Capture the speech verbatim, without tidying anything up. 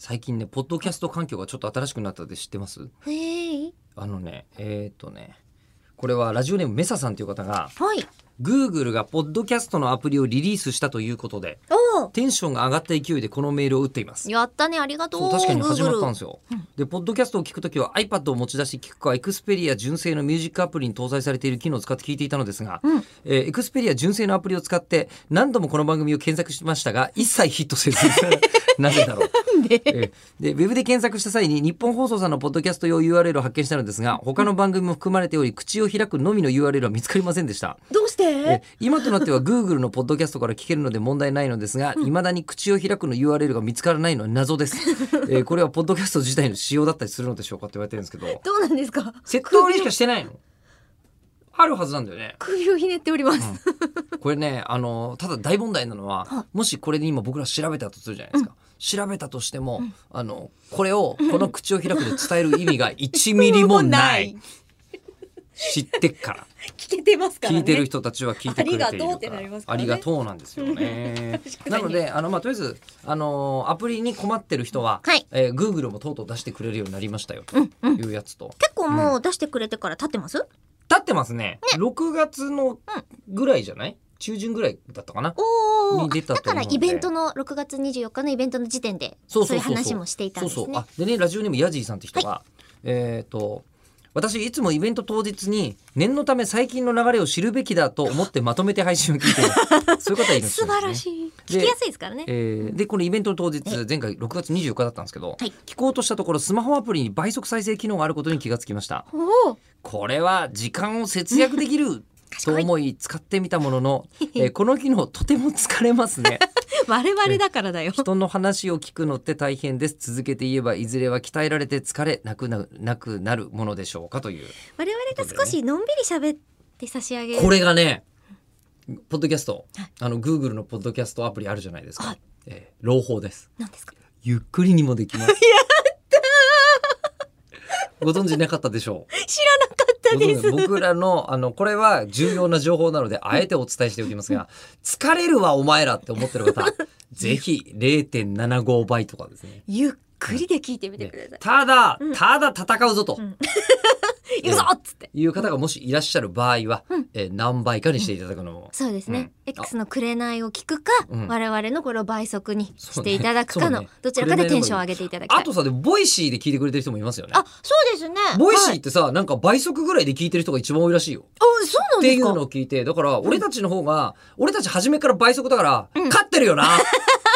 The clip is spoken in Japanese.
最近ねポッドキャスト環境がちょっと新しくなったって知ってます？ へー。 あのねえー、っとねこれはラジオネームメサさんという方が、 はい。 Google がポッドキャストのアプリをリリースしたということで、 おー。 テンションが上がった勢いでこのメールを打っています。 やったね、ありがとう。 そう確かに始まったんですよ。 よ、でポッドキャストを聞くときは iPad を持ち出し聞くかエクスペリア純正のミュージックアプリに搭載されている機能を使って聞いていたのですが、 うんえーエクスペリア純正のアプリを使って何度もこの番組を検索しましたが一切ヒットせずなぜだろうでえーでウェブで検索した際に日本放送さんのポッドキャスト用 ユーアールエル を発見したのですが他の番組も含まれており口を開くのみの ユーアールエル は見つかりませんでした。 どうしてえ今となっては Google のポッドキャストから聞けるので問題ないのですが、いまだに口を開くの ユーアールエル が見つからないのは謎です、えーこれはポッドキャスト自体の仕様だったりするのでしょうかって言われてるんですけど、 どうなんですか？ 設定にしかしてないのあるはずなんだよね、 首をひねっております、 うん、これねあのただ大問題なのは、 はもしこれで今僕ら調べたとするじゃないですか、調べたとしても、 んあのこれをこの口を開くで伝える意味がいちミリもない知ってっから聞けてますからね。 聞いてる人たちは聞いてくれているからありがとうってなりますからねありがとうなんですよね確かになのであの、まあ、とりあえずあのアプリに困ってる人は、 はいえー、Google もとうとう出してくれるようになりましたよとうんうんいうやつと、 結構もう出してくれてから経ってます？ 立ってますねろくがつのぐらいじゃない中旬ぐらいだったかなおに出ただからと思うのでイベントのろくがつにじゅうよっかのイベントの時点でそそううそうそうそういう話もしていたんですね。 そうそうあでねラジオネームヤジーさんって人が、えっ、と私いつもイベント当日に念のため最近の流れを知るべきだと思ってまとめて配信を聞いているそういう方いるんです素よね晴らしい。 で聞きやすいですからね。 えーでこのイベントの当日前回ろくがつにじゅうよっかだったんですけど、 はい聞こうとしたところスマホアプリに倍速再生機能があることに気がつきました。 おお。 これは時間を節約できると思い使ってみたものの、えーこの機能とても疲れますね我々だからだよ。 人の話を聞くのって大変です。続けて言えばいずれは鍛えられて疲れなくななくなるものでしょうかという。 我々が少しのんびり喋って差し上げる。 これがねポッドキャストあの Google のポッドキャストアプリあるじゃないですか、 はいえー朗報です。 何ですか？ ゆっくりにもできます。ご存知なかったでしょう。 知らなかったです。 僕らのあのこれは重要な情報なのであえてお伝えしておきますが疲れるわお前らって思ってる方ぜひ れいてんななご 倍とかですね。 ゆっくりで聞いてみてください。 ただうんただ戦うぞと、 うん行くぞっつって。 いう方がもしいらっしゃる場合は、 うんえー何倍かにしていただくのも、 そうですね、 うん X の紅を聞くか、 うん我々のこれを倍速にそうねしていただくかの、 そうねどちらかでテンションを上げていただきたい。 あとさでボイシーで聞いてくれてる人もいますよね。 あ、そうですね。 ボイシはい、 ーってさ、なんか倍速ぐらいで聞いてる人が一番多いらしいよあ、そうなんですか。 っていうのを聞いてだから俺たちの方が、俺たち初めから倍速だから、 うん勝ってるよな